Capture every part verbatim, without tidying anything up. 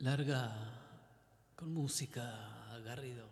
Larga con música, Garrido.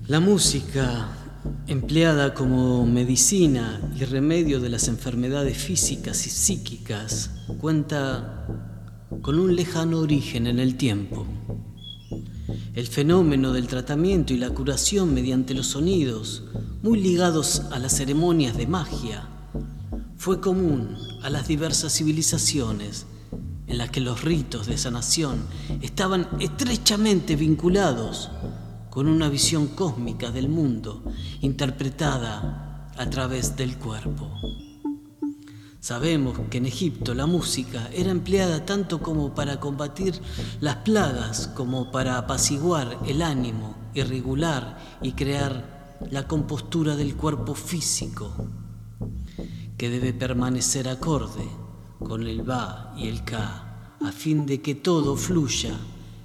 La música, empleada como medicina y remedio de las enfermedades físicas y psíquicas, cuenta con un lejano origen en el tiempo. El fenómeno del tratamiento y la curación mediante los sonidos, muy ligados a las ceremonias de magia, fue común a las diversas civilizaciones en las que los ritos de sanación estaban estrechamente vinculados con una visión cósmica del mundo interpretada a través del cuerpo. Sabemos que en Egipto la música era empleada tanto como para combatir las plagas como para apaciguar el ánimo y regular y crear la compostura del cuerpo físico, que debe permanecer acorde con el Ba y el Ka, a fin de que todo fluya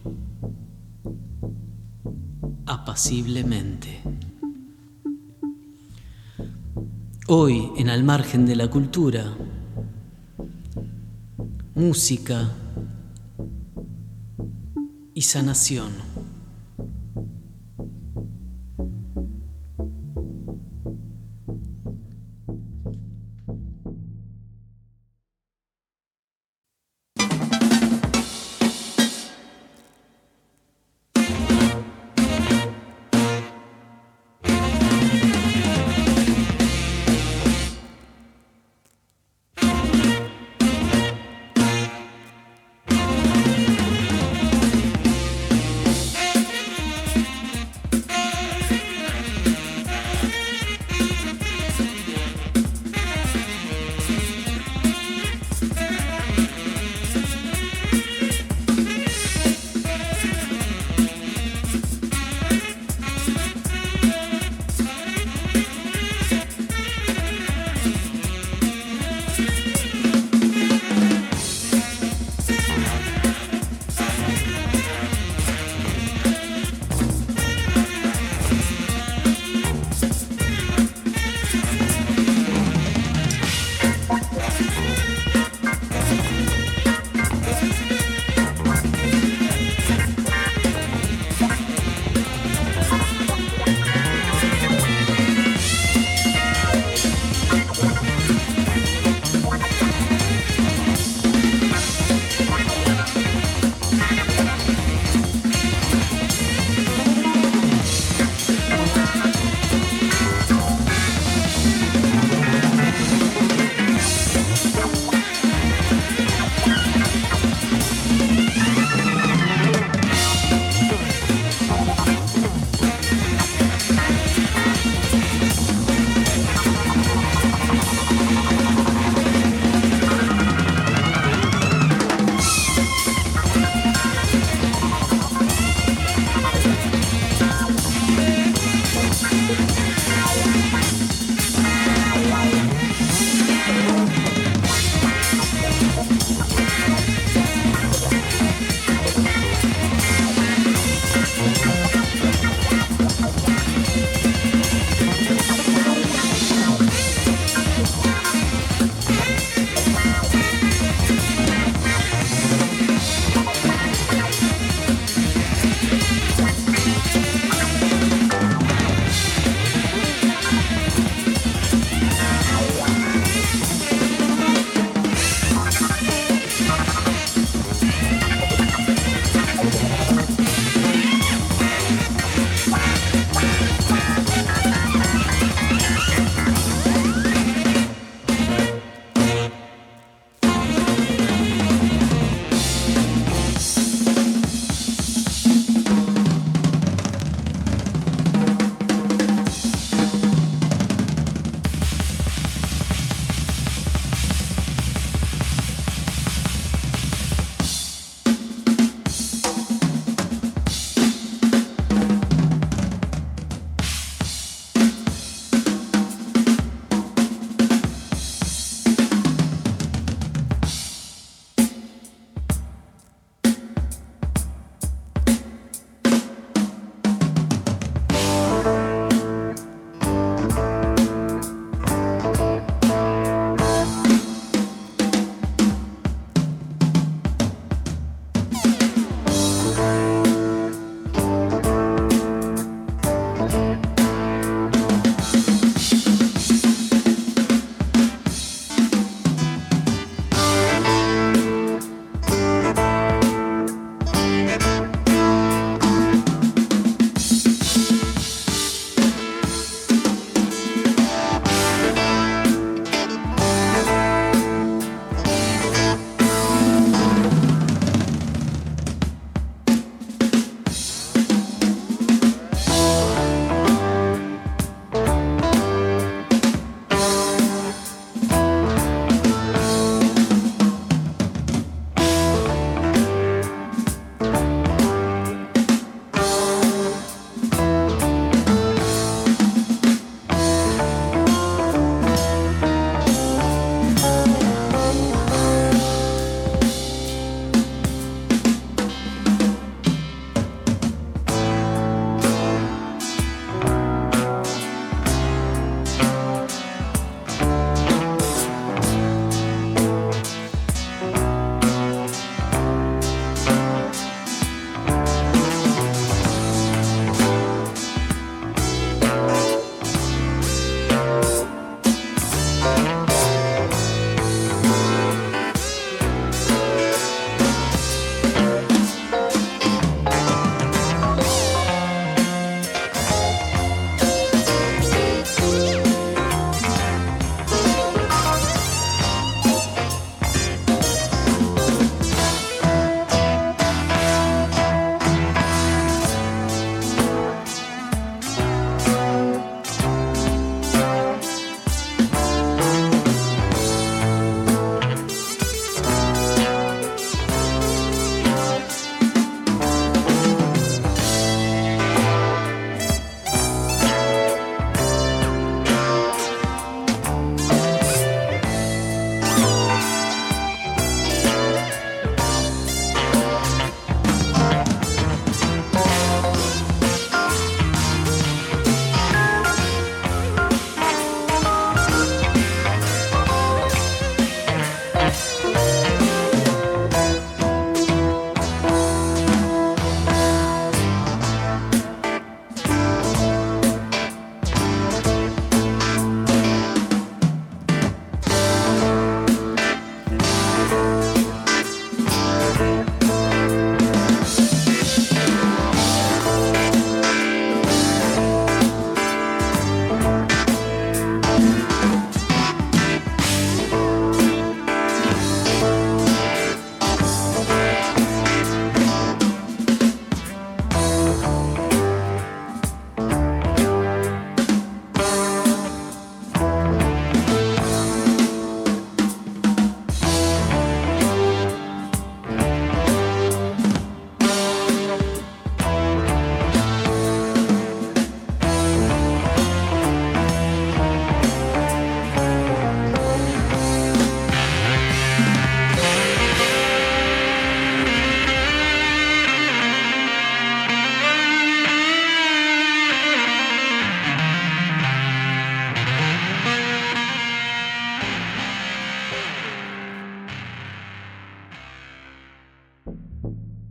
apaciblemente. Hoy, en Al Margen de la Cultura, música y sanación.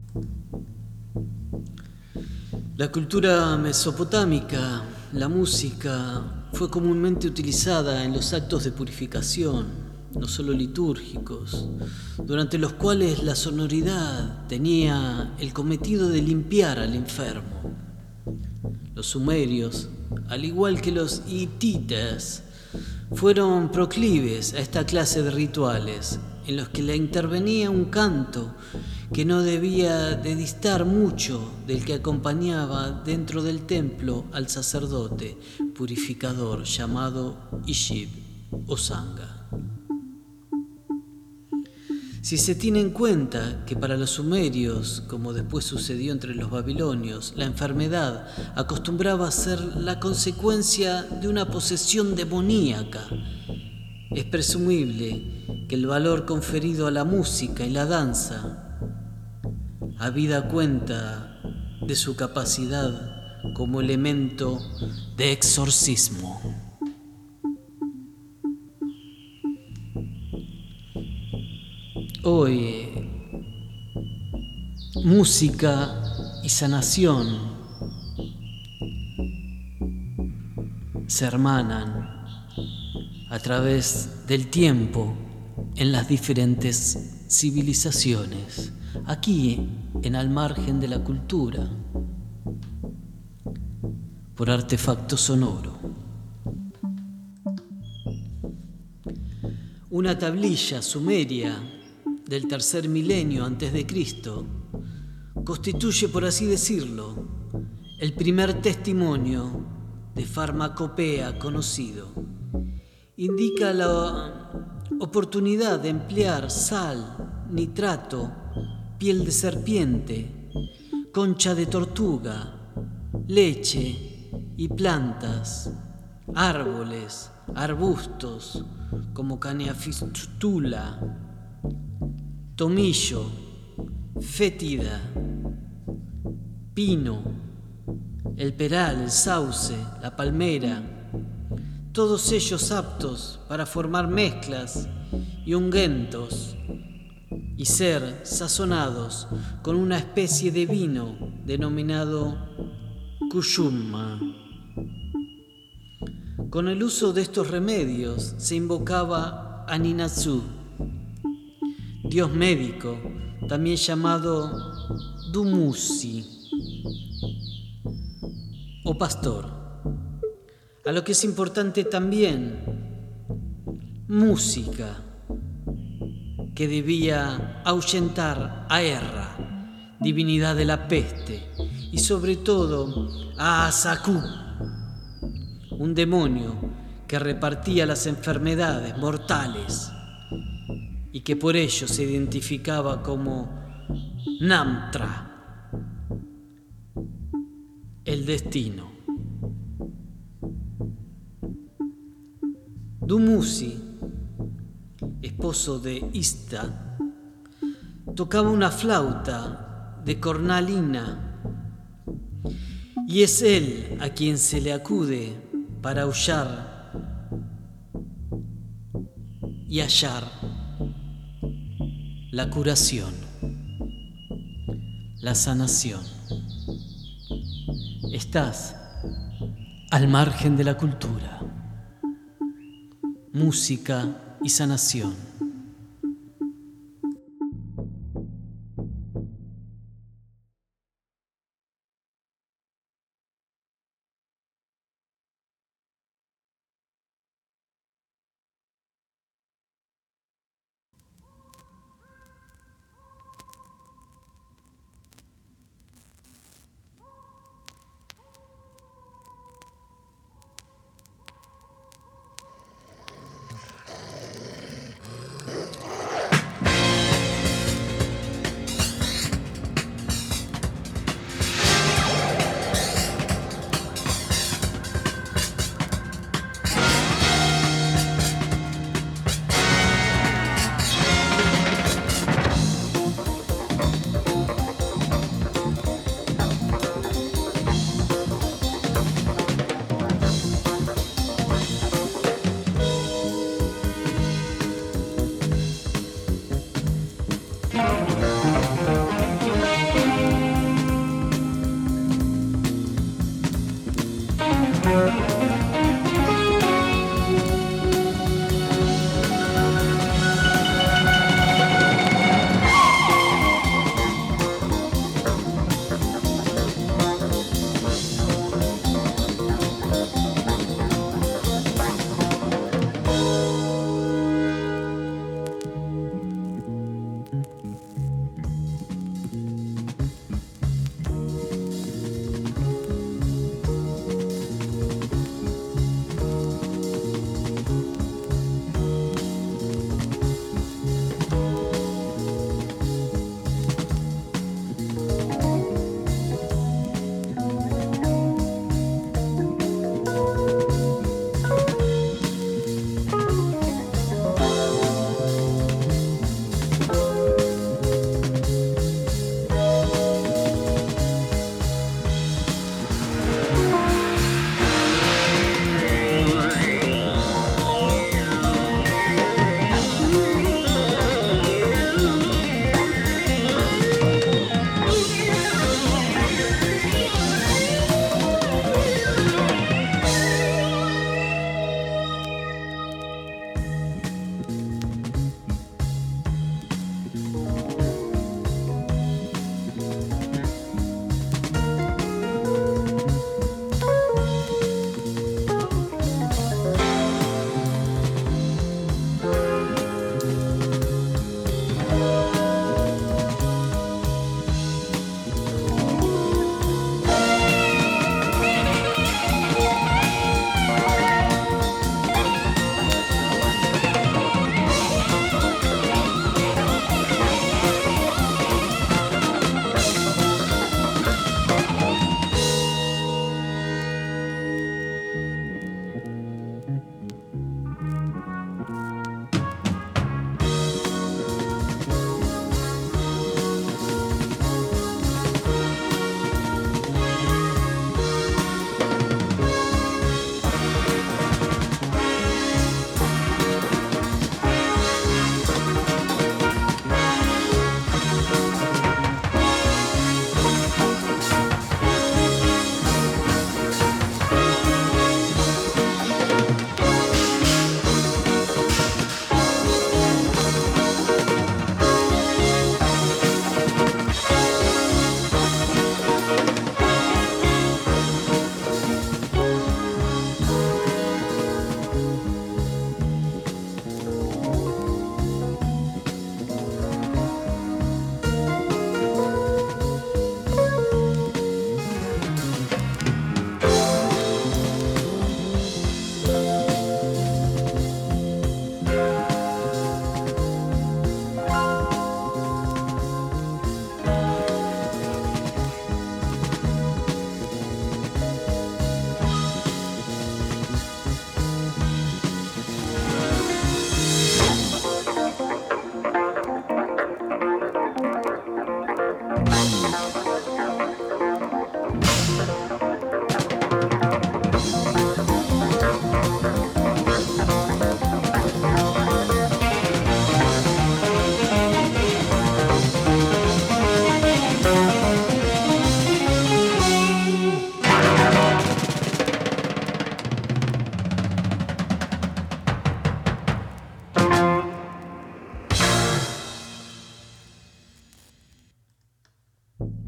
La cultura mesopotámica, la música, fue comúnmente utilizada en los actos de purificación, no solo litúrgicos, durante los cuales la sonoridad tenía el cometido de limpiar al enfermo. Los sumerios, al igual que los hititas, fueron proclives a esta clase de rituales, en los que le intervenía un canto que no debía de distar mucho del que acompañaba dentro del templo al sacerdote purificador llamado Ishib o Sanga. Si se tiene en cuenta que para los sumerios, como después sucedió entre los babilonios, la enfermedad acostumbraba a ser la consecuencia de una posesión demoníaca, es presumible que el valor conferido a la música y la danza, habida cuenta de su capacidad como elemento de exorcismo. Hoy, música y sanación se hermanan a través del tiempo en las diferentes civilizaciones, aquí en Al Margen de la Cultura, por Artefacto Sonoro. Una tablilla sumeria del tercer milenio antes de Cristo constituye, por así decirlo, el primer testimonio de farmacopea conocido. Indica la oportunidad de emplear sal, nitrato, piel de serpiente, concha de tortuga, leche y plantas, árboles, arbustos como Caniafistula, tomillo, fétida, pino, el peral, el sauce, la palmera, todos ellos aptos para formar mezclas y ungüentos y ser sazonados con una especie de vino denominado kushumma. Con el uso de estos remedios se invocaba a Ninatsu, dios médico, también llamado Dumuzi o pastor. A lo que es importante también, música, que debía ahuyentar a Erra, divinidad de la peste, y sobre todo a Asaku, un demonio que repartía las enfermedades mortales y que por ello se identificaba como Namtra, el destino. Dumuzi, esposo de Ista, tocaba una flauta de cornalina y es él a quien se le acude para aullar y hallar la curación, la sanación. Estás al margen de la cultura, música y sanación.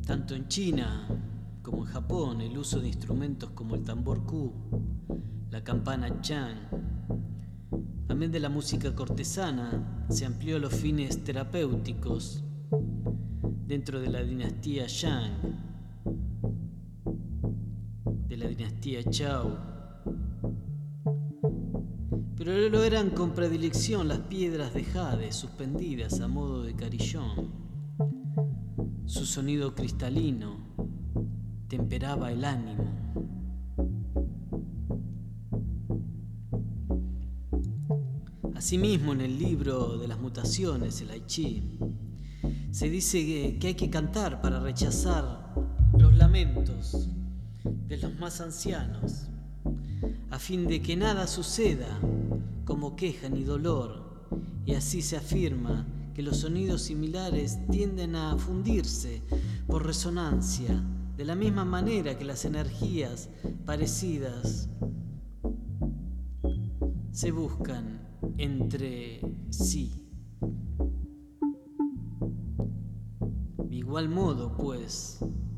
Tanto en China como en Japón, el uso de instrumentos como el tambor Ku, la campana Chan, también de la música cortesana, se amplió a los fines terapéuticos dentro de la dinastía Shang, de la dinastía Zhou. Pero lo eran con predilección las piedras de jade suspendidas a modo de carillón. Su sonido cristalino temperaba el ánimo. Asimismo, en el libro de las mutaciones, el I Ching, se dice que, que hay que cantar para rechazar los lamentos de los más ancianos, a fin de que nada suceda como queja ni dolor, y así se afirma que los sonidos similares tienden a fundirse por resonancia, de la misma manera que las energías parecidas se buscan entre sí. De igual modo, pues,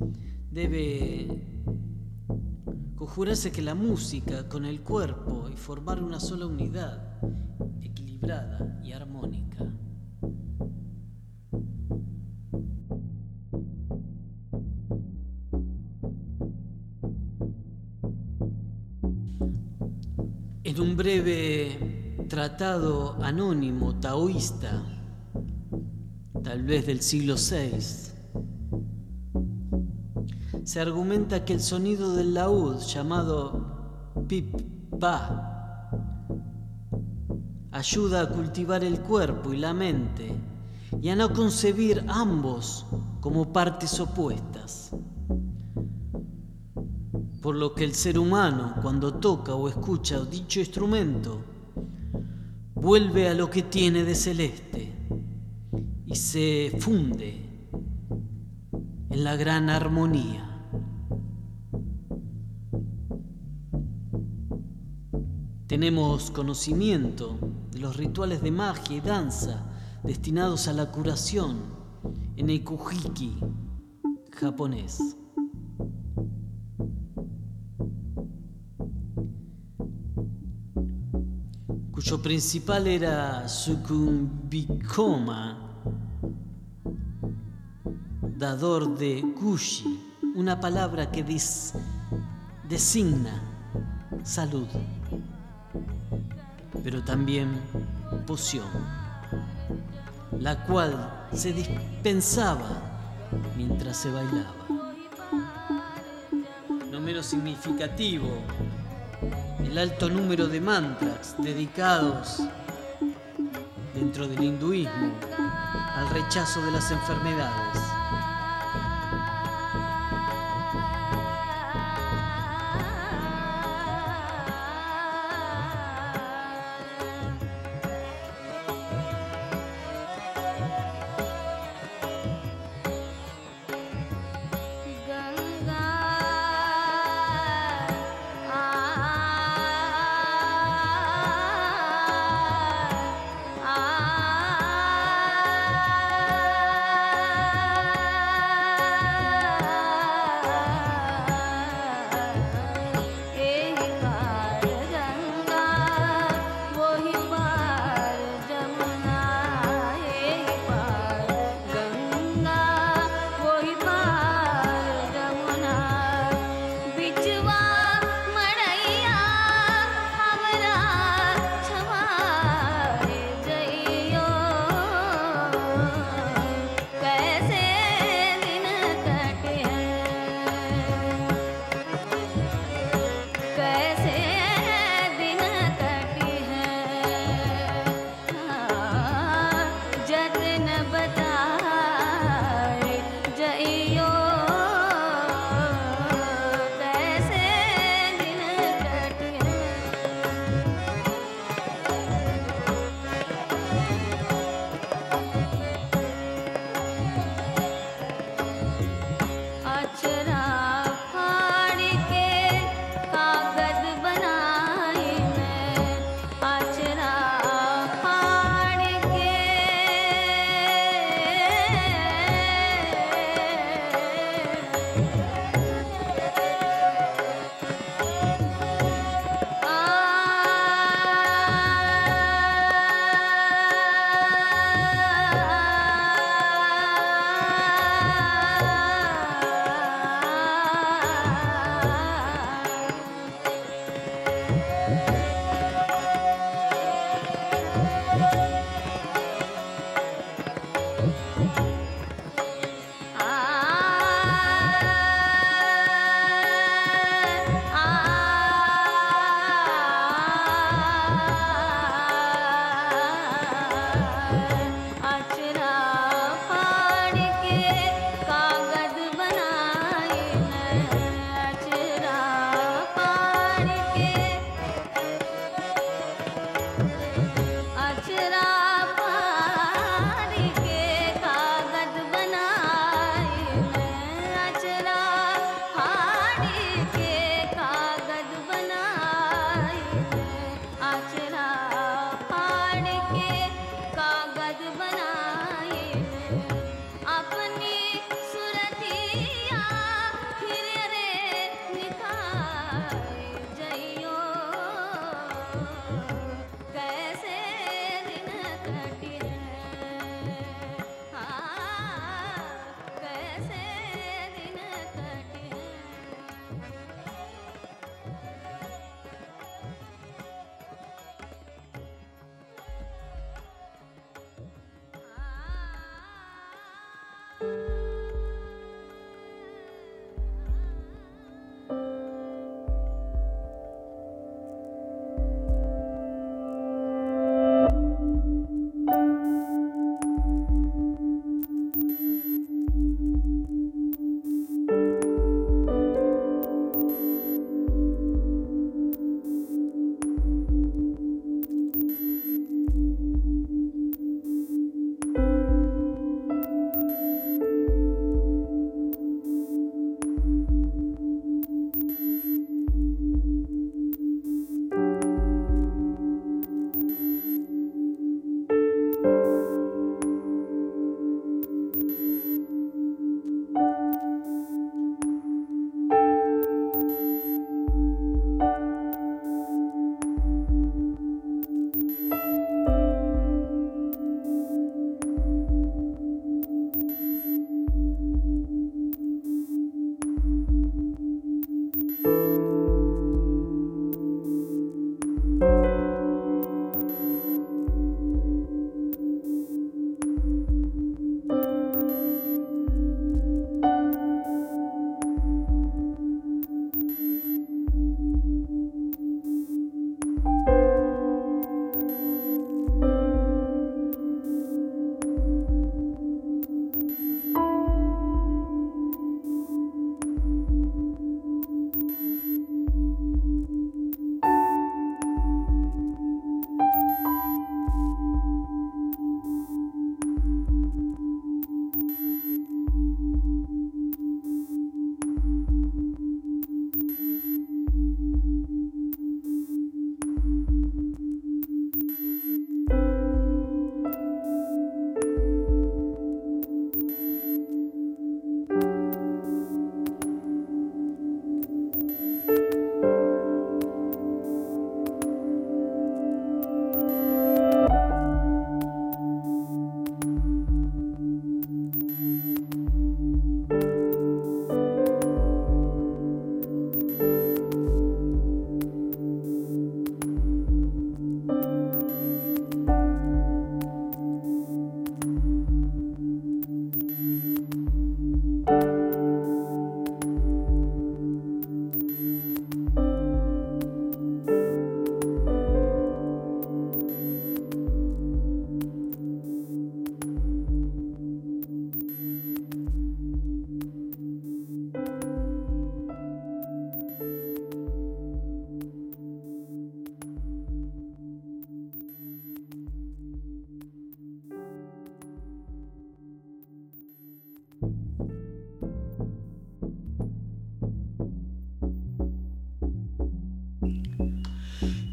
debe conjurarse que la música con el cuerpo y formar una sola unidad, equilibrada y armónica. En un breve tratado anónimo taoísta, tal vez del siglo seis, se argumenta que el sonido del laúd llamado pip-pa ayuda a cultivar el cuerpo y la mente y a no concebir ambos como partes opuestas. Por lo que el ser humano, cuando toca o escucha dicho instrumento, vuelve a lo que tiene de celeste y se funde en la gran armonía. Tenemos conocimiento de los rituales de magia y danza destinados a la curación en el Kujiki japonés. Cuyo principal era Sukumbikoma, dador de Gushi, una palabra que dis, designa salud, pero también poción, la cual se dispensaba mientras se bailaba. No menos significativo, el alto número de mantras dedicados dentro del hinduismo al rechazo de las enfermedades.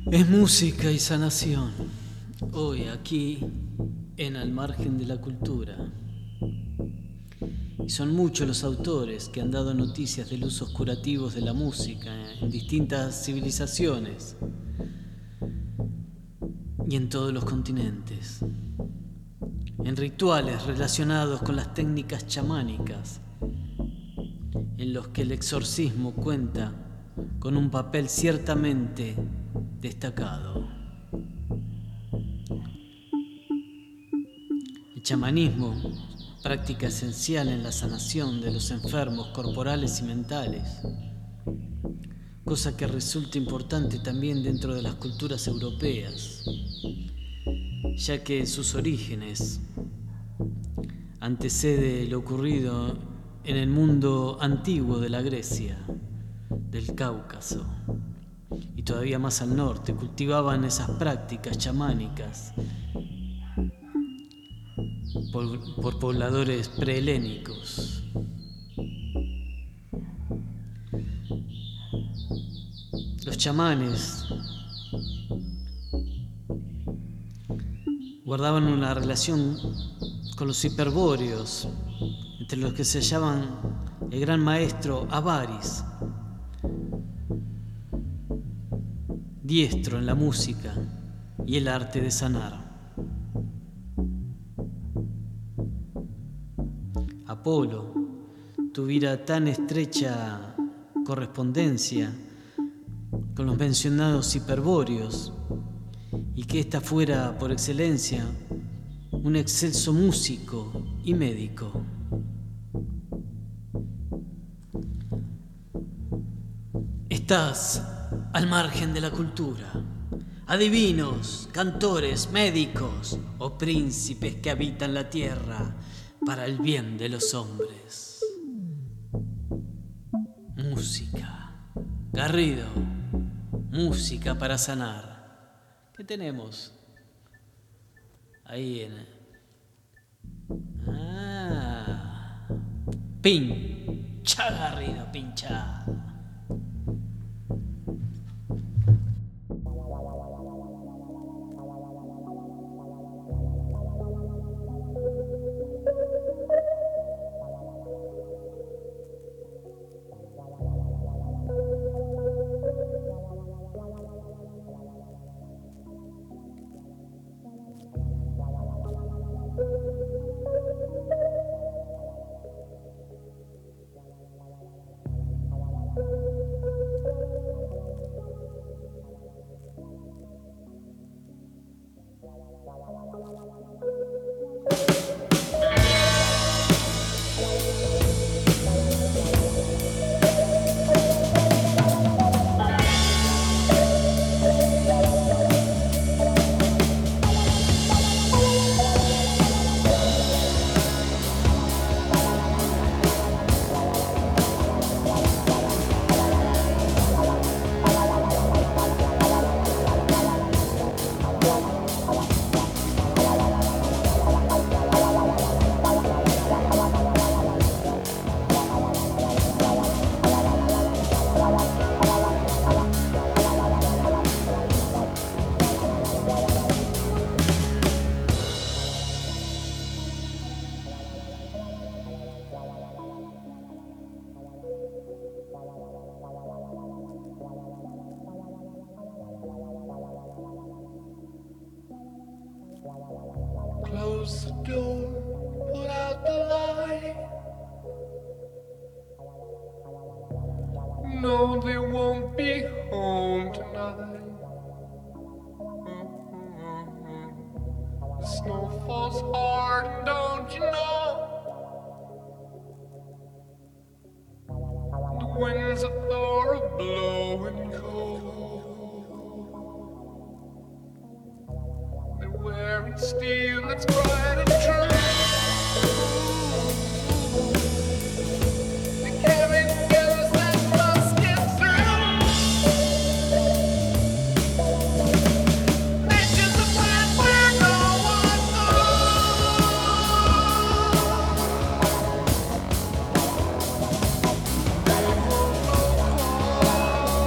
Es música y sanación. Hoy aquí en Al Margen de la Cultura. Y son muchos los autores que han dado noticias de los usos curativos de la música en distintas civilizaciones y en todos los continentes. En rituales relacionados con las técnicas chamánicas, en los que el exorcismo cuenta con un papel ciertamente destacado. El chamanismo, práctica esencial en la sanación de los enfermos corporales y mentales, cosa que resulta importante también dentro de las culturas europeas, ya que en sus orígenes antecede lo ocurrido en el mundo antiguo de la Grecia, del Cáucaso, y todavía más al norte, cultivaban esas prácticas chamánicas por, por pobladores prehelénicos. Los chamanes guardaban una relación con los hiperbóreos, entre los que se hallaban el gran maestro Avaris, diestro en la música y el arte de sanar. Apolo tuviera tan estrecha correspondencia con los mencionados hiperbóreos y que ésta fuera por excelencia un excelso músico y médico. Estás al margen de la cultura. Adivinos, cantores, médicos o príncipes que habitan la tierra para el bien de los hombres. Música. Garrido. Música para sanar. ¿Qué tenemos? Ahí en... Ah. Pincha, Garrido, pincha. Close the door, put out the light. No, they won't be home tonight. The snow falls hard, and don't you know? The winds of Thor are blowing cold. They're wearing steel that's bright and true. They carry guns that must get through. Nature's a path where no one goes.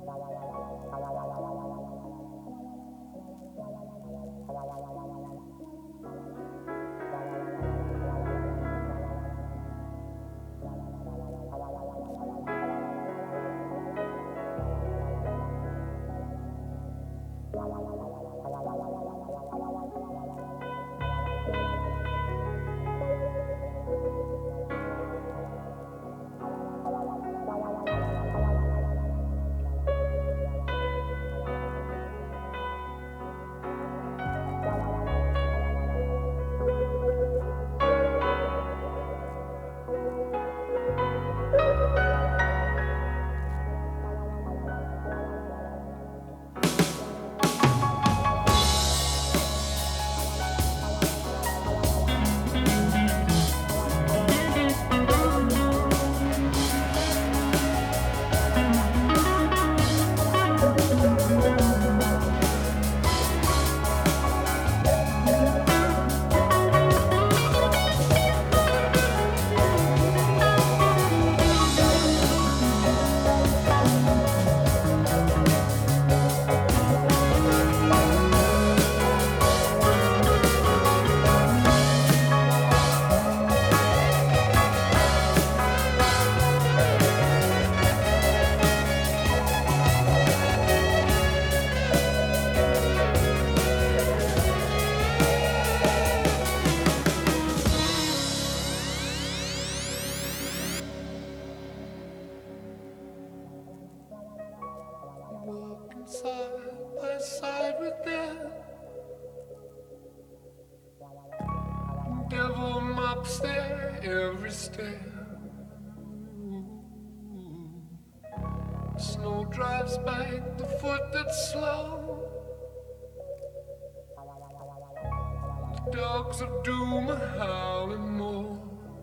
Dogs of doom are howling more.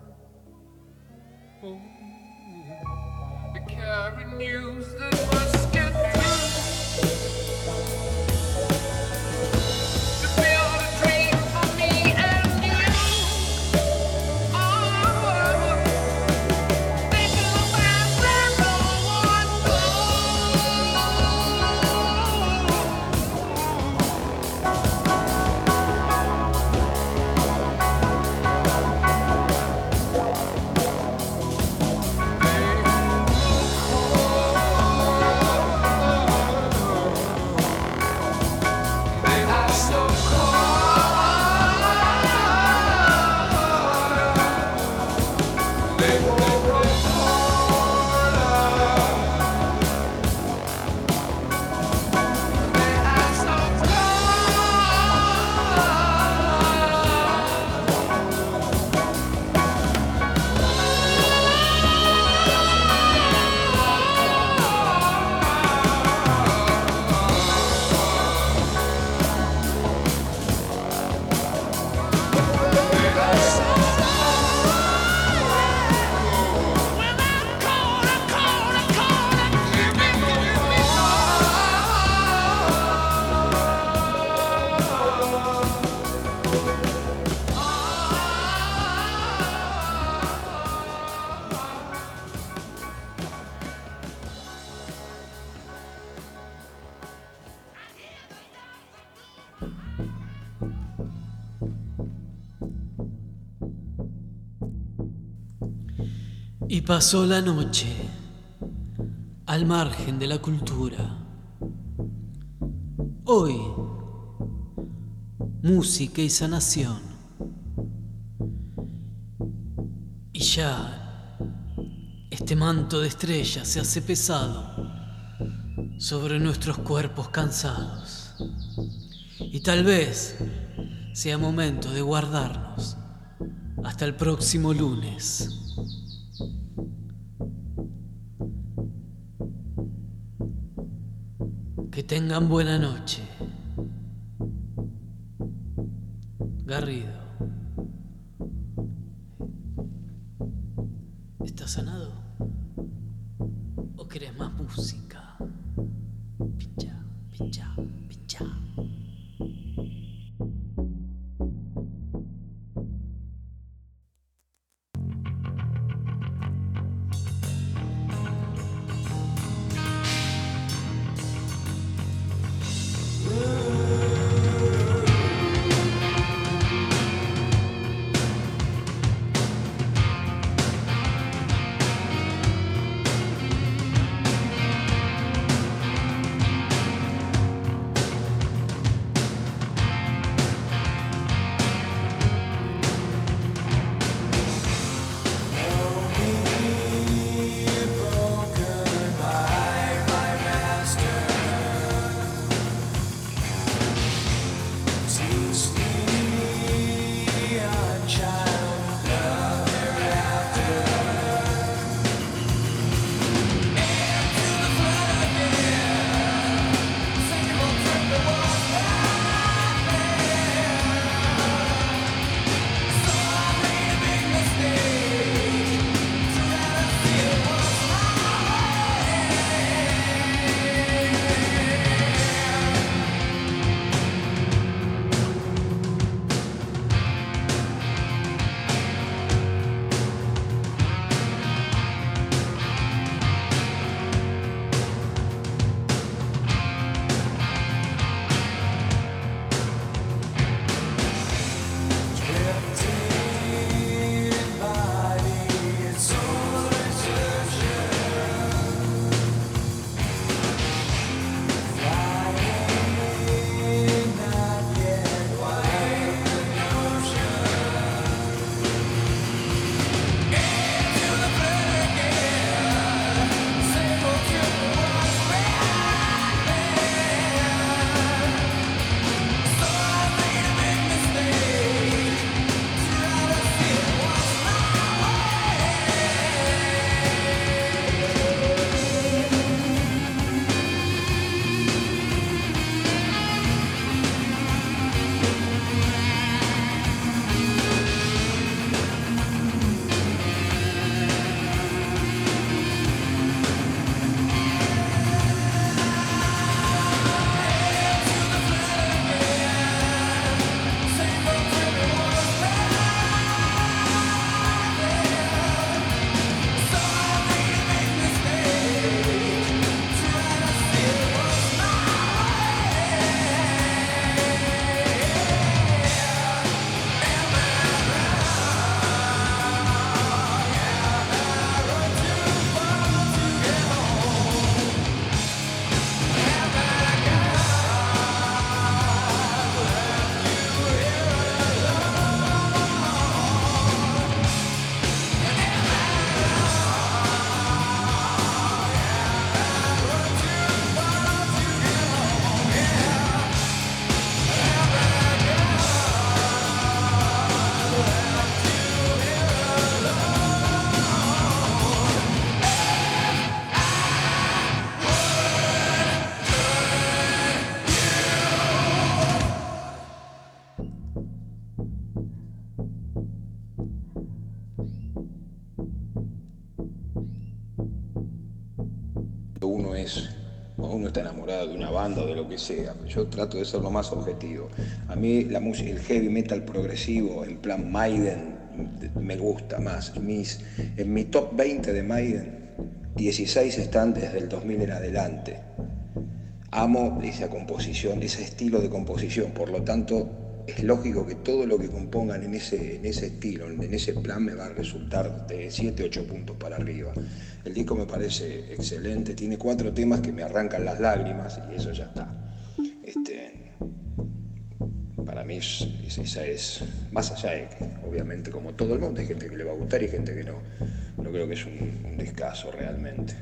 Oh, they carry news that must get through. To build a dream for me and you. Oh, they do that where no one Y pasó la noche al margen de la cultura. Hoy, música y sanación. Y ya este manto de estrellas se hace pesado sobre nuestros cuerpos cansados. Y tal vez sea momento de guardarnos hasta el próximo lunes. Que tengan buena noche. Garrido. ¿Estás sanado? ¿O querés más música? Pincha, pincha, pincha. uno está enamorado de una banda o de lo que sea. Yo trato de ser lo más objetivo. A mí la música, el heavy metal progresivo, en plan Maiden, me gusta más. Mis, en mi top veinte de Maiden, dieciséis están desde el dos mil en adelante. Amo esa composición, ese estilo de composición, por lo tanto es lógico que todo lo que compongan en ese, en ese estilo, en ese plan, me va a resultar de siete, ocho puntos para arriba. El disco me parece excelente, tiene cuatro temas que me arrancan las lágrimas y eso ya está. Este, para mí es, es, esa es, más allá de que obviamente como todo el mundo hay gente que le va a gustar y gente que no, no creo que es un, un discazo realmente.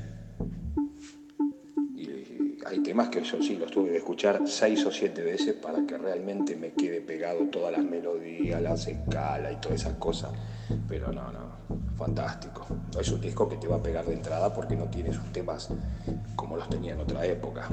Hay temas que yo sí los tuve que escuchar seis o siete veces para que realmente me quede pegado todas las melodías, las escalas y todas esas cosas. Pero no, no, fantástico. No es un disco que te va a pegar de entrada porque no tiene sus temas como los tenía en otra época.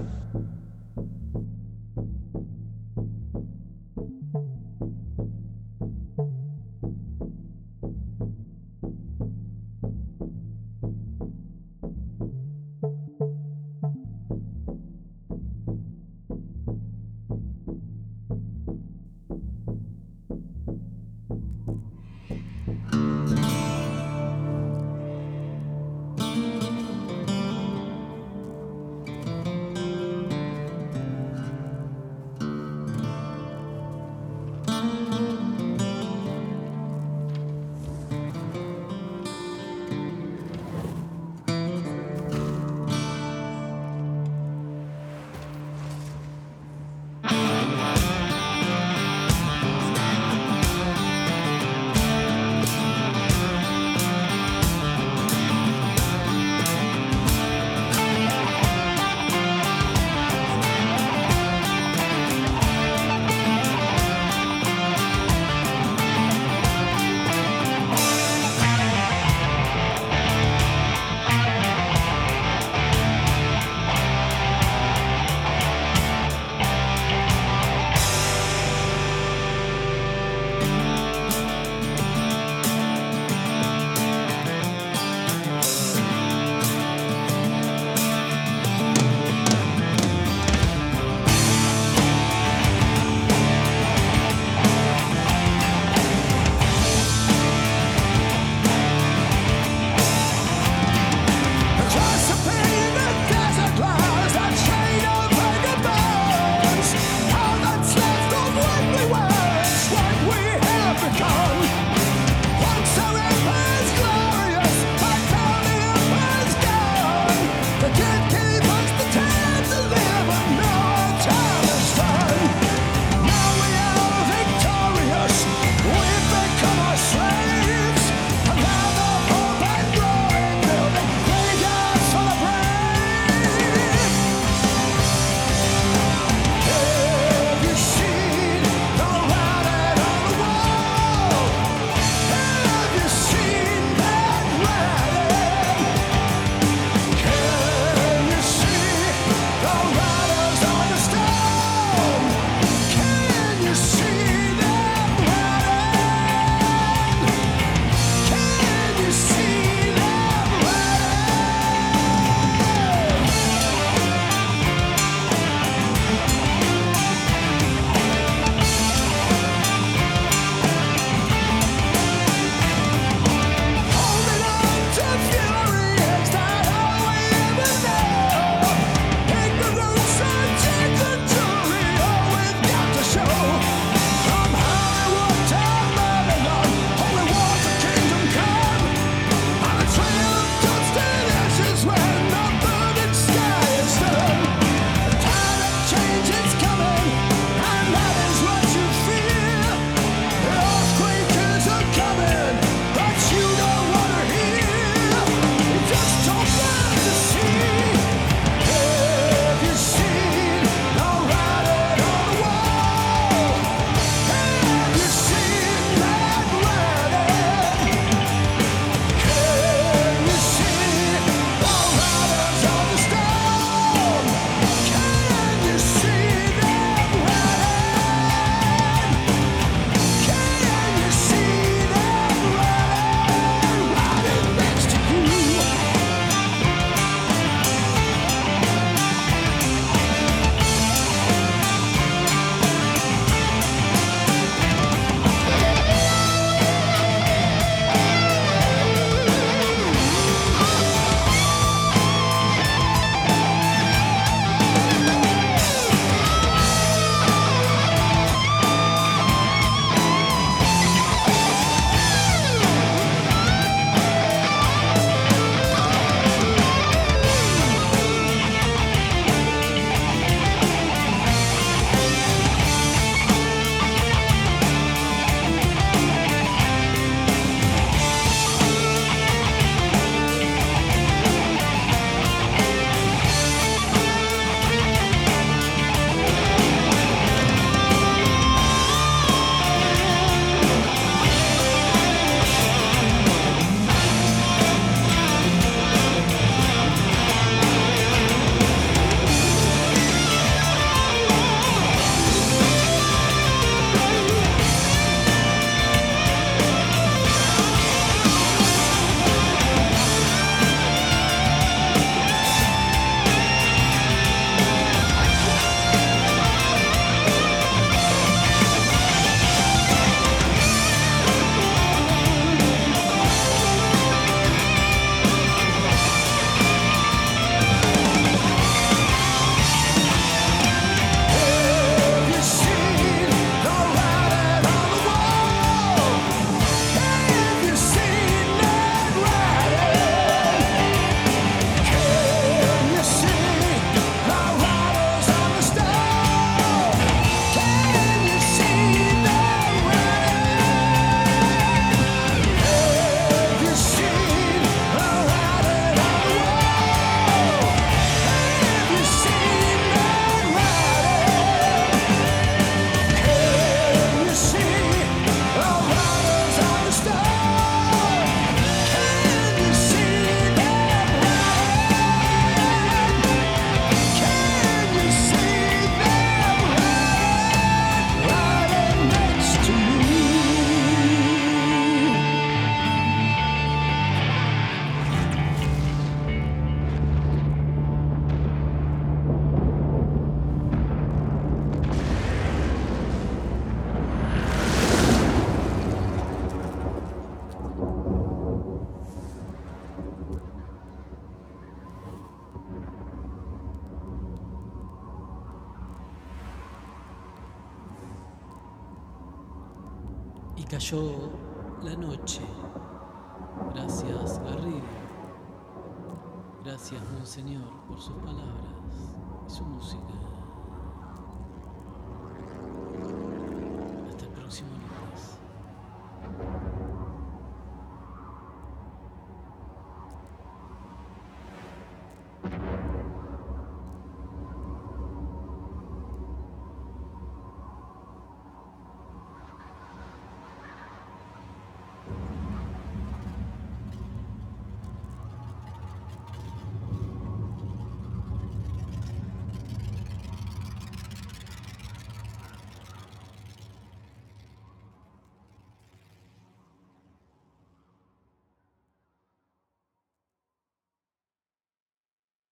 Cayó la noche. Gracias, Garrido. Gracias, Monseñor, por sus palabras y su música.